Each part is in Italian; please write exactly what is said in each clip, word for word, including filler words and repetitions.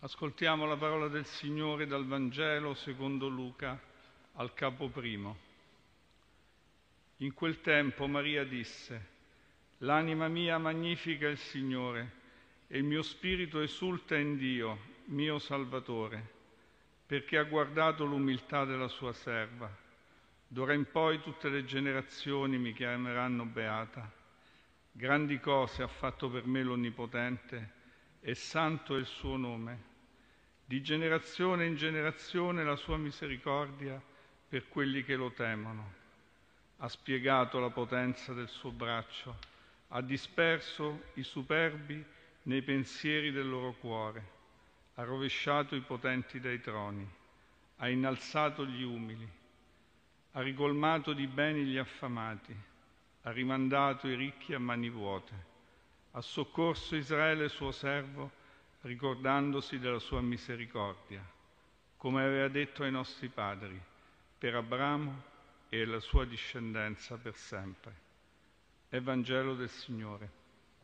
Ascoltiamo la parola del Signore dal Vangelo secondo Luca al capo primo. In quel tempo Maria disse: «L'anima mia magnifica il Signore e il mio spirito esulta in Dio, mio Salvatore, perché ha guardato l'umiltà della sua serva. D'ora in poi tutte le generazioni mi chiameranno beata. Grandi cose ha fatto per me l'Onnipotente e santo è il suo nome. Di generazione in generazione la sua misericordia per quelli che lo temono. Ha spiegato la potenza del suo braccio, ha disperso i superbi nei pensieri del loro cuore, ha rovesciato i potenti dai troni, ha innalzato gli umili, ha ricolmato di beni gli affamati, ha rimandato i ricchi a mani vuote, ha soccorso Israele suo servo, ricordandosi della sua misericordia, come aveva detto ai nostri padri, per Abramo e la sua discendenza per sempre. Evangelo del Signore.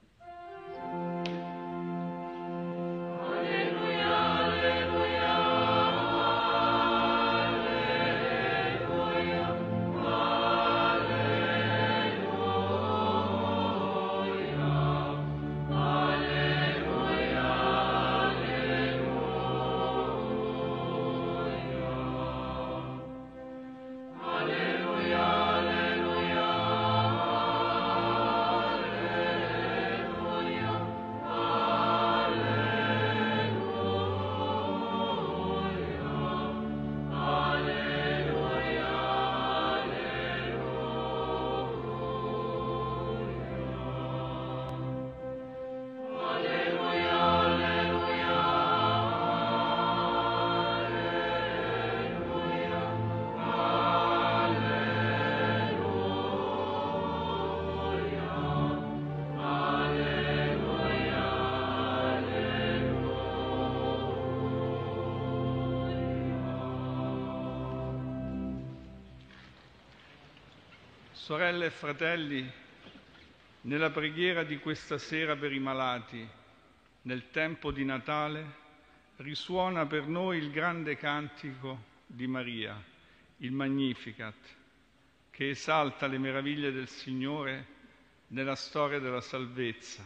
Sorelle e fratelli, nella preghiera di questa sera per i malati, nel tempo di Natale, risuona per noi il grande cantico di Maria, il Magnificat, che esalta le meraviglie del Signore nella storia della salvezza.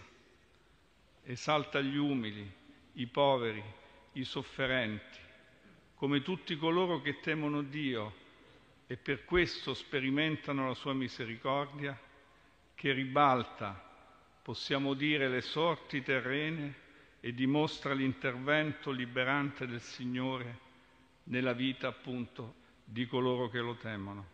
Esalta gli umili, i poveri, i sofferenti, come tutti coloro che temono Dio e per questo sperimentano la sua misericordia, che ribalta, possiamo dire, le sorti terrene e dimostra l'intervento liberante del Signore nella vita, appunto, di coloro che lo temono.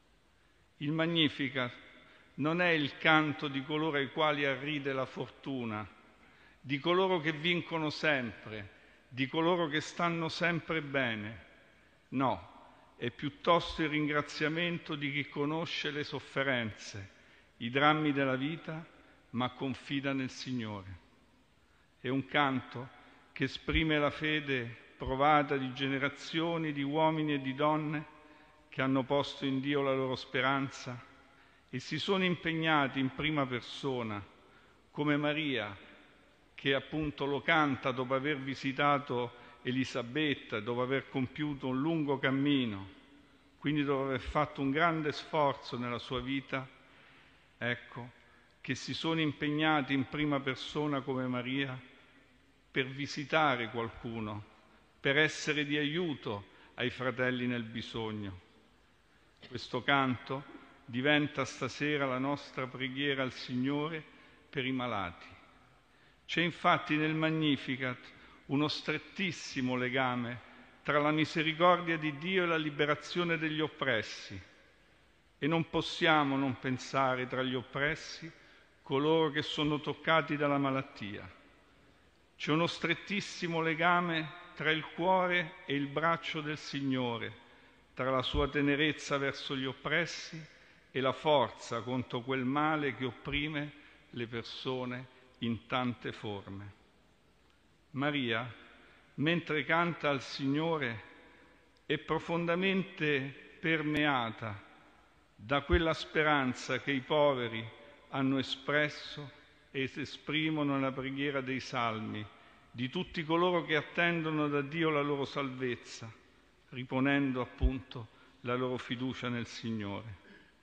Il Magnificat non è il canto di coloro ai quali arride la fortuna, di coloro che vincono sempre, di coloro che stanno sempre bene. No, è piuttosto il ringraziamento di chi conosce le sofferenze, i drammi della vita, ma confida nel Signore. È un canto che esprime la fede provata di generazioni di uomini e di donne che hanno posto in Dio la loro speranza e si sono impegnati in prima persona, come Maria, che appunto lo canta dopo aver visitato Elisabetta, dopo aver compiuto un lungo cammino, quindi dopo aver fatto un grande sforzo nella sua vita, ecco, che si sono impegnati in prima persona come Maria per visitare qualcuno, per essere di aiuto ai fratelli nel bisogno. Questo canto diventa stasera la nostra preghiera al Signore per i malati. C'è infatti nel Magnificat uno strettissimo legame tra la misericordia di Dio e la liberazione degli oppressi, e non possiamo non pensare tra gli oppressi coloro che sono toccati dalla malattia. C'è uno strettissimo legame tra il cuore e il braccio del Signore, tra la sua tenerezza verso gli oppressi e la forza contro quel male che opprime le persone in tante forme. Maria, mentre canta al Signore, è profondamente permeata da quella speranza che i poveri hanno espresso ed esprimono nella preghiera dei Salmi, di tutti coloro che attendono da Dio la loro salvezza, riponendo appunto la loro fiducia nel Signore.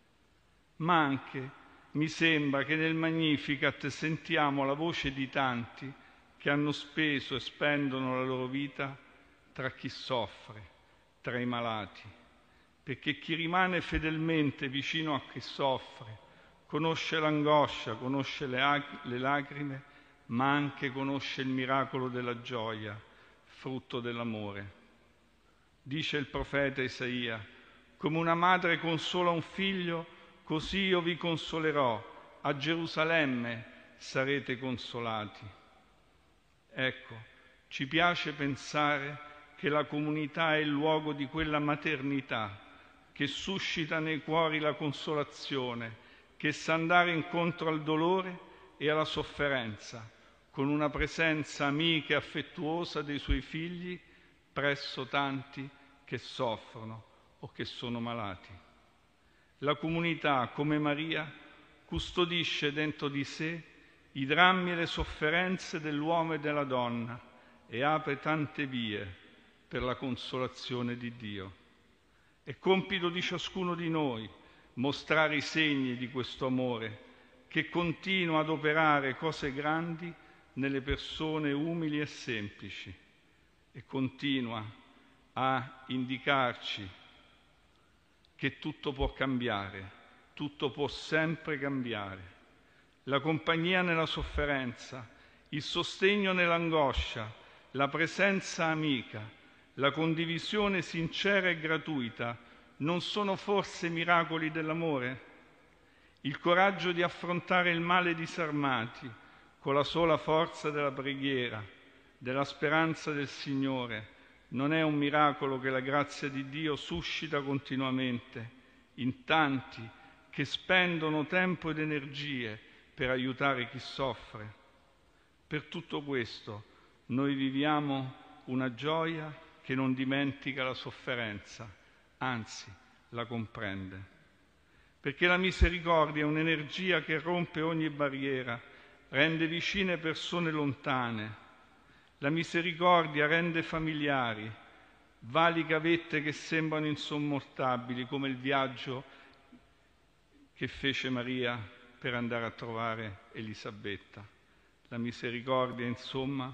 Ma anche mi sembra che nel Magnificat sentiamo la voce di tanti che hanno speso e spendono la loro vita tra chi soffre, tra i malati, perché chi rimane fedelmente vicino a chi soffre conosce l'angoscia, conosce le, le lacrime, ma anche conosce il miracolo della gioia, frutto dell'amore. Dice il profeta Isaia: come una madre consola un figlio, così io vi consolerò, a Gerusalemme sarete consolati. Ecco, ci piace pensare che la comunità è il luogo di quella maternità che suscita nei cuori la consolazione, che sa andare incontro al dolore e alla sofferenza, con una presenza amica e affettuosa dei suoi figli presso tanti che soffrono o che sono malati. La comunità, come Maria, custodisce dentro di sé i drammi e le sofferenze dell'uomo e della donna e apre tante vie per la consolazione di Dio. È compito di ciascuno di noi mostrare i segni di questo amore che continua ad operare cose grandi nelle persone umili e semplici e continua a indicarci che tutto può cambiare, tutto può sempre cambiare. La compagnia nella sofferenza, il sostegno nell'angoscia, la presenza amica, la condivisione sincera e gratuita non sono forse miracoli dell'amore? Il coraggio di affrontare il male disarmati con la sola forza della preghiera, della speranza del Signore, non è un miracolo che la grazia di Dio suscita continuamente in tanti che spendono tempo ed energie per aiutare chi soffre? Per tutto questo noi viviamo una gioia che non dimentica la sofferenza, anzi la comprende. Perché la misericordia è un'energia che rompe ogni barriera, rende vicine persone lontane. La misericordia rende familiari, valica vette che sembrano insormontabili, come il viaggio che fece Maria per andare a trovare Elisabetta. La misericordia, insomma,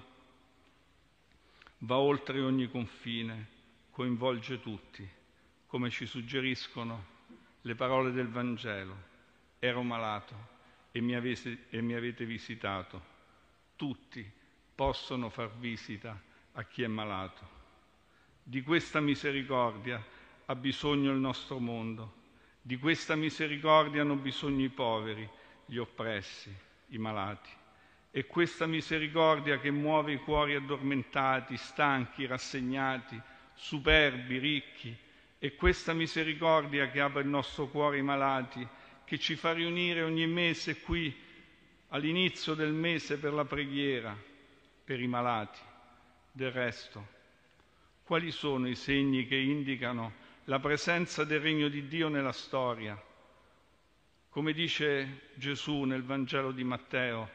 va oltre ogni confine, coinvolge tutti, come ci suggeriscono le parole del Vangelo. Ero malato e mi avete, e mi avete visitato. Tutti possono far visita a chi è malato. Di questa misericordia ha bisogno il nostro mondo. Di questa misericordia hanno bisogno i poveri, gli oppressi, i malati. È questa misericordia che muove i cuori addormentati, stanchi, rassegnati, superbi, ricchi. È questa misericordia che apre il nostro cuore ai malati, che ci fa riunire ogni mese qui, all'inizio del mese, per la preghiera, per i malati. Del resto, quali sono i segni che indicano la presenza del Regno di Dio nella storia? Come dice Gesù nel Vangelo di Matteo,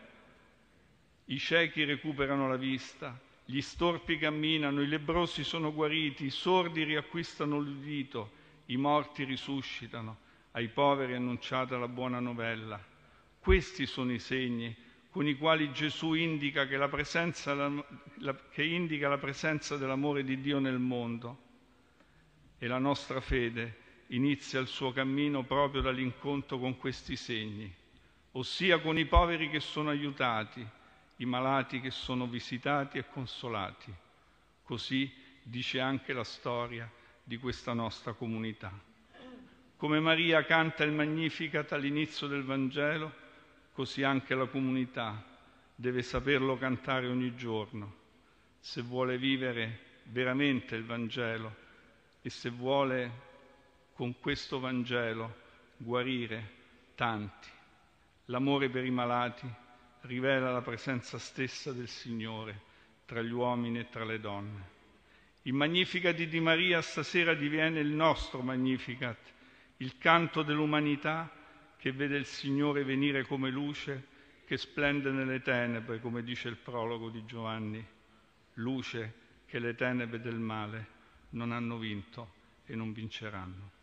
i ciechi recuperano la vista, gli storpi camminano, i lebbrosi sono guariti, i sordi riacquistano l'udito, i morti risuscitano, ai poveri è annunciata la buona novella. Questi sono i segni con i quali Gesù indica che, la presenza, la, la, che indica la presenza dell'amore di Dio nel mondo. E la nostra fede inizia il suo cammino proprio dall'incontro con questi segni, ossia con i poveri che sono aiutati, i malati che sono visitati e consolati. Così dice anche la storia di questa nostra comunità. Come Maria canta il Magnificat all'inizio del Vangelo, così anche la comunità deve saperlo cantare ogni giorno, se vuole vivere veramente il Vangelo e se vuole con questo Vangelo guarire tanti. L'amore per i malati rivela la presenza stessa del Signore tra gli uomini e tra le donne. Il Magnificat di Maria stasera diviene il nostro Magnificat, il canto dell'umanità che vede il Signore venire come luce che splende nelle tenebre, come dice il prologo di Giovanni. luce che le tenebre del male non hanno vinto e non vinceranno.